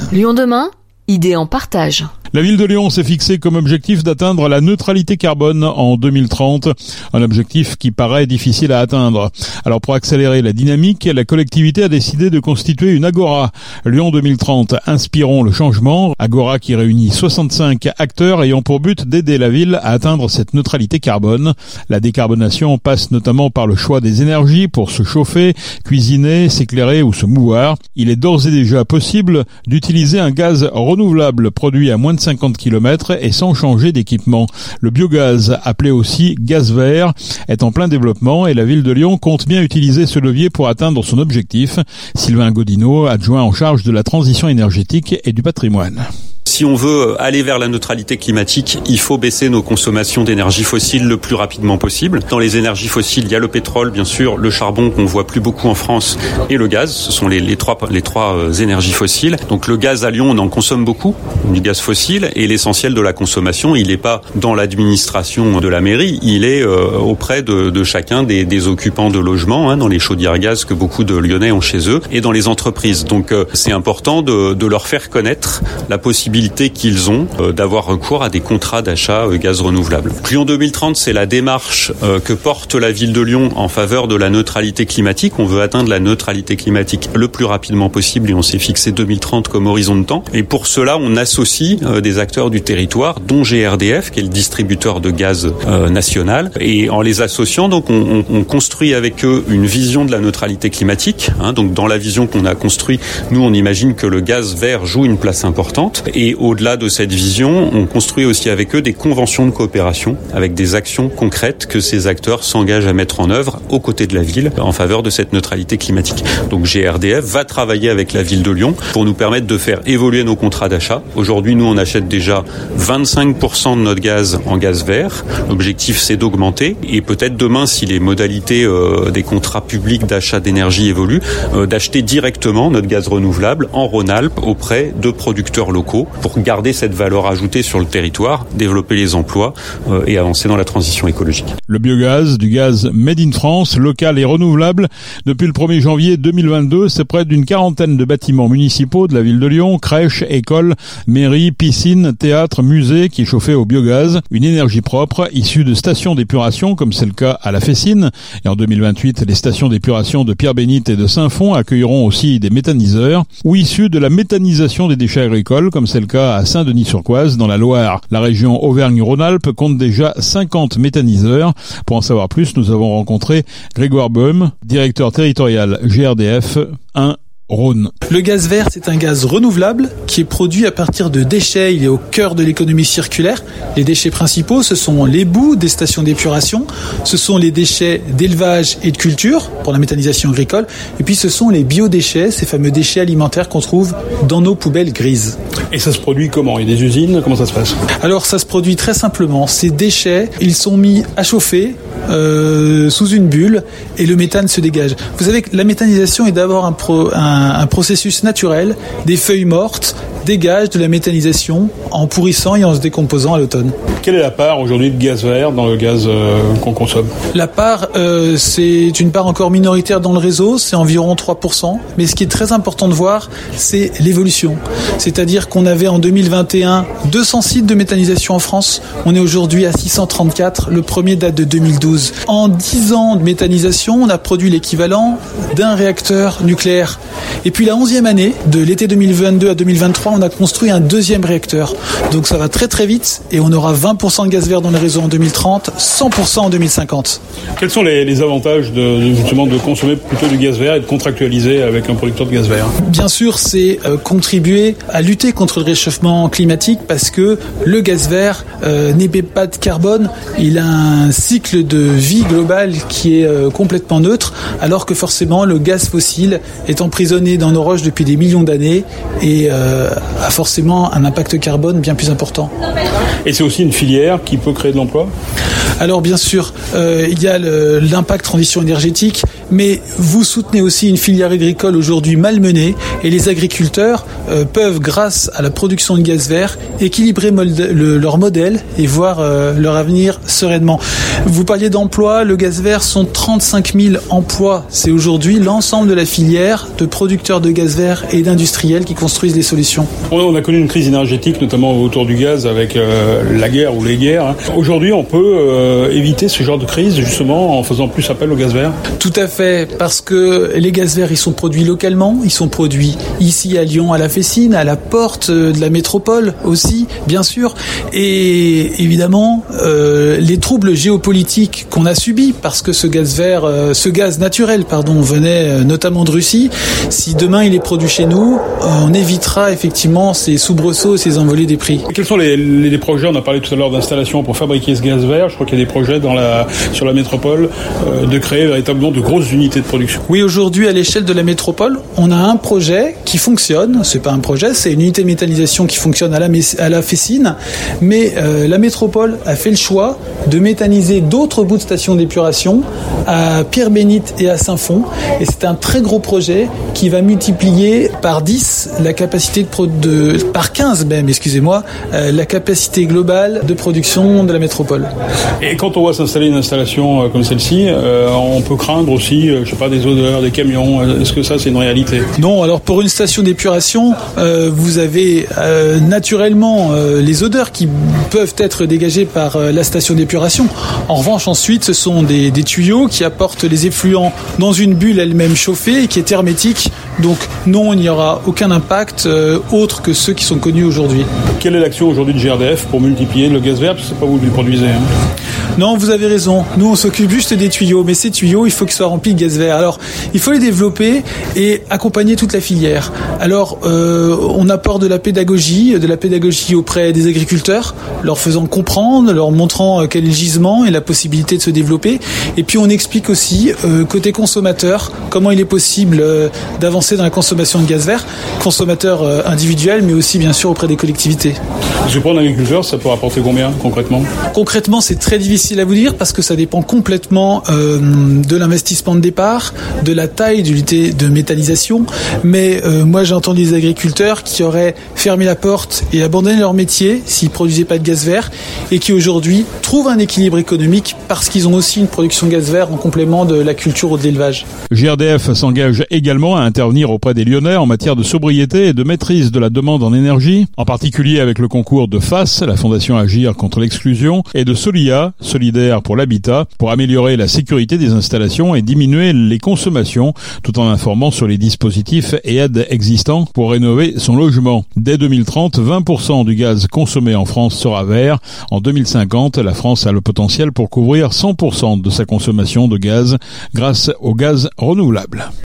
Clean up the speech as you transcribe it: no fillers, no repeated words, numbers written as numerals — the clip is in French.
Lyon demain, idée en partage. La ville de Lyon s'est fixée comme objectif d'atteindre la neutralité carbone en 2030, un objectif qui paraît difficile à atteindre. Alors pour accélérer la dynamique, la collectivité a décidé de constituer une Agora. Lyon 2030, inspirons le changement. Agora qui réunit 65 acteurs ayant pour but d'aider la ville à atteindre cette neutralité carbone. La décarbonation passe notamment par le choix des énergies pour se chauffer, cuisiner, s'éclairer ou se mouvoir. Il est d'ores et déjà possible d'utiliser un gaz renouvelable produit à moins de 50 km et sans changer d'équipement. Le biogaz, appelé aussi gaz vert, est en plein développement et la ville de Lyon compte bien utiliser ce levier pour atteindre son objectif. Sylvain Godinot, adjoint en charge de la transition énergétique et du patrimoine. Si on veut aller vers la neutralité climatique, il faut baisser nos consommations d'énergie fossile le plus rapidement possible. Dans les énergies fossiles, il y a le pétrole, bien sûr, le charbon qu'on voit plus beaucoup en France et le gaz. Ce sont les trois énergies fossiles. Donc le gaz à Lyon, on en consomme beaucoup, du gaz fossile, et l'essentiel de la consommation, il n'est pas dans l'administration de la mairie, il est auprès de chacun des occupants de logements, dans les chaudières gaz que beaucoup de Lyonnais ont chez eux, et dans les entreprises. Donc c'est important de leur faire connaître la possibilité qu'ils ont d'avoir recours à des contrats d'achat gaz renouvelable. Lyon 2030, c'est la démarche que porte la ville de Lyon en faveur de la neutralité climatique. On veut atteindre la neutralité climatique le plus rapidement possible et on s'est fixé 2030 comme horizon de temps. Et pour cela, on associe des acteurs du territoire, dont GRDF, qui est le distributeur de gaz national. Et en les associant, donc, on construit avec eux une vision de la neutralité climatique. Donc dans la vision qu'on a construite, nous, on imagine que le gaz vert joue une place importante. Et au-delà de cette vision, on construit aussi avec eux des conventions de coopération avec des actions concrètes que ces acteurs s'engagent à mettre en œuvre aux côtés de la ville en faveur de cette neutralité climatique. Donc GRDF va travailler avec la ville de Lyon pour nous permettre de faire évoluer nos contrats d'achat. Aujourd'hui, nous, on achète déjà 25% de notre gaz en gaz vert. L'objectif, c'est d'augmenter et peut-être demain, si les modalités des contrats publics d'achat d'énergie évoluent, d'acheter directement notre gaz renouvelable en Rhône-Alpes auprès de producteurs locaux pour garder cette valeur ajoutée sur le territoire, développer les emplois et avancer dans la transition écologique. Le biogaz, du gaz made in France, local et renouvelable. Depuis le 1er janvier 2022, c'est près d'une quarantaine de bâtiments municipaux de la ville de Lyon, crèches, écoles, mairies, piscines, théâtres, musées qui chauffaient au biogaz. Une énergie propre issue de stations d'épuration, comme c'est le cas à la Fessine. Et en 2028, les stations d'épuration de Pierre-Bénite et de Saint-Fond accueilleront aussi des méthaniseurs, ou issus de la méthanisation des déchets agricoles, comme c'est le cas à Saint-Denis-sur-Coise dans la Loire. La région Auvergne-Rhône-Alpes compte déjà 50 méthaniseurs. Pour en savoir plus, nous avons rencontré Grégoire Baume, directeur territorial GRDF 1 Rhône. Le gaz vert, c'est un gaz renouvelable qui est produit à partir de déchets. Il est au cœur de l'économie circulaire. Les déchets principaux, ce sont les boues des stations d'épuration, ce sont les déchets d'élevage et de culture pour la méthanisation agricole, et puis ce sont les biodéchets, ces fameux déchets alimentaires qu'on trouve dans nos poubelles grises. Et ça se produit comment ? Il y a des usines ? Comment ça se passe ? Alors ça se produit très simplement. Ces déchets, ils sont mis à chauffer sous une bulle et le méthane se dégage. Vous savez que la méthanisation est d'abord un processus naturel. Des feuilles mortes dégagent de la méthanisation en pourrissant et en se décomposant à l'automne. Quelle est la part aujourd'hui de gaz vert dans le gaz qu'on consomme ? La part, c'est une part encore minoritaire dans le réseau, c'est environ 3%. Mais ce qui est très important de voir, c'est l'évolution. C'est-à-dire qu'on avait en 2021 200 sites de méthanisation en France. On est aujourd'hui à 634. Le premier date de 2012. En 10 ans de méthanisation, on a produit l'équivalent d'un réacteur nucléaire. Et puis la 11e année, de l'été 2022 à 2023, on a construit un deuxième réacteur. Donc ça va très très vite et on aura 20% de gaz vert dans le réseau en 2030, 100% en 2050. Quels sont les avantages de consommer plutôt du gaz vert et de contractualiser avec un producteur de gaz vert ? Bien sûr, c'est contribuer à lutter contre le réchauffement climatique parce que le gaz vert n'émet pas de carbone. Il a un cycle de vie globale qui est complètement neutre, alors que forcément le gaz fossile est emprisonné dans nos roches depuis des millions d'années et a forcément un impact carbone bien plus important. Et c'est aussi une filière qui peut créer de l'emploi ? Alors bien sûr, il y a l'impact transition énergétique, mais vous soutenez aussi une filière agricole aujourd'hui malmenée et les agriculteurs peuvent peuvent, grâce à la production de gaz vert, équilibrer leur modèle et voir leur avenir sereinement. Vous parliez d'emplois, le gaz vert sont 35 000 emplois. C'est aujourd'hui l'ensemble de la filière de producteurs de gaz vert et d'industriels qui construisent les solutions. On a connu une crise énergétique, notamment autour du gaz, avec la guerre ou les guerres. Aujourd'hui, on peut éviter ce genre de crise, justement, en faisant plus appel au gaz vert? Tout à fait, parce que les gaz verts, ils sont produits localement, ils sont produits ici à Lyon, à la Fessine, à la porte de la métropole aussi, bien sûr. Et évidemment, les troubles géopolitiques qu'on a subis, parce que ce gaz naturel, venait notamment de Russie. Si demain il est produit chez nous, on évitera effectivement ces soubresauts, ces envolées des prix. Quels sont les projets? On a parlé tout à l'heure d'installations pour fabriquer ce gaz vert. Je crois qu'il y a des projets sur la métropole de créer véritablement de grosses unités de production. Oui, aujourd'hui à l'échelle de la métropole, on a un projet qui fonctionne. C'est pas un projet, c'est une unité de méthanisation qui fonctionne à la Fessine. Mais la métropole a fait le choix de méthaniser d'autres bouts de stations d'épuration à Pierre-Bénite et à Saint-Fond. Et c'est un très gros projet qui va multiplier par 10 la capacité par 15 même, la capacité globale de production de la métropole. Et quand on va s'installer une installation comme celle-ci, on peut craindre aussi, des odeurs, des camions. Est-ce que ça, c'est une réalité? Non, alors pour une station d'épuration, vous avez naturellement les odeurs qui peuvent être dégagées par la station d'épuration. En revanche, ensuite, ce sont des tuyaux qui apportent les effluents dans une bulle elle-même chauffée et qui est hermétique. Donc non, il n'y aura aucun impact autre que ceux qui sont connus aujourd'hui. Quelle est l'action aujourd'hui de GRDF pour multiplier le gaz vert? Parce que c'est pas vous qui le produisez. Non, vous avez raison. Nous, on s'occupe juste des tuyaux. Mais ces tuyaux, il faut qu'ils soient remplis de gaz vert. Alors, il faut les développer et accompagner toute la filière. Alors, on apporte de la pédagogie auprès des agriculteurs, leur faisant comprendre, leur montrant quel est le gisement et la possibilité de se développer. Et puis, on explique aussi, côté consommateur, comment il est possible d'avancer dans la consommation de gaz vert, consommateur individuel, mais aussi, bien sûr, auprès des collectivités. Parce que pour un agriculteur, ça peut rapporter combien, concrètement? Concrètement, c'est très difficile à vous dire parce que ça dépend complètement de l'investissement de départ, de la taille de l'unité de méthanisation. Mais moi, j'ai entendu des agriculteurs qui auraient fermé la porte et abandonné leur métier s'ils ne produisaient pas de gaz vert et qui aujourd'hui trouvent un équilibre économique parce qu'ils ont aussi une production de gaz vert en complément de la culture ou de l'élevage. GRDF s'engage également à intervenir auprès des Lyonnais en matière de sobriété et de maîtrise de la demande en énergie, en particulier avec le concours de FAS, la Fondation Agir contre l'exclusion, et de Solia, Solidaire pour l'habitat, pour améliorer la sécurité des installations et diminuer les consommations, tout en informant sur les dispositifs et aides existants pour rénover son logement. Dès 2030, 20% du gaz consommé en France sera vert. En 2050, la France a le potentiel pour couvrir 100% de sa consommation de gaz grâce au gaz renouvelable.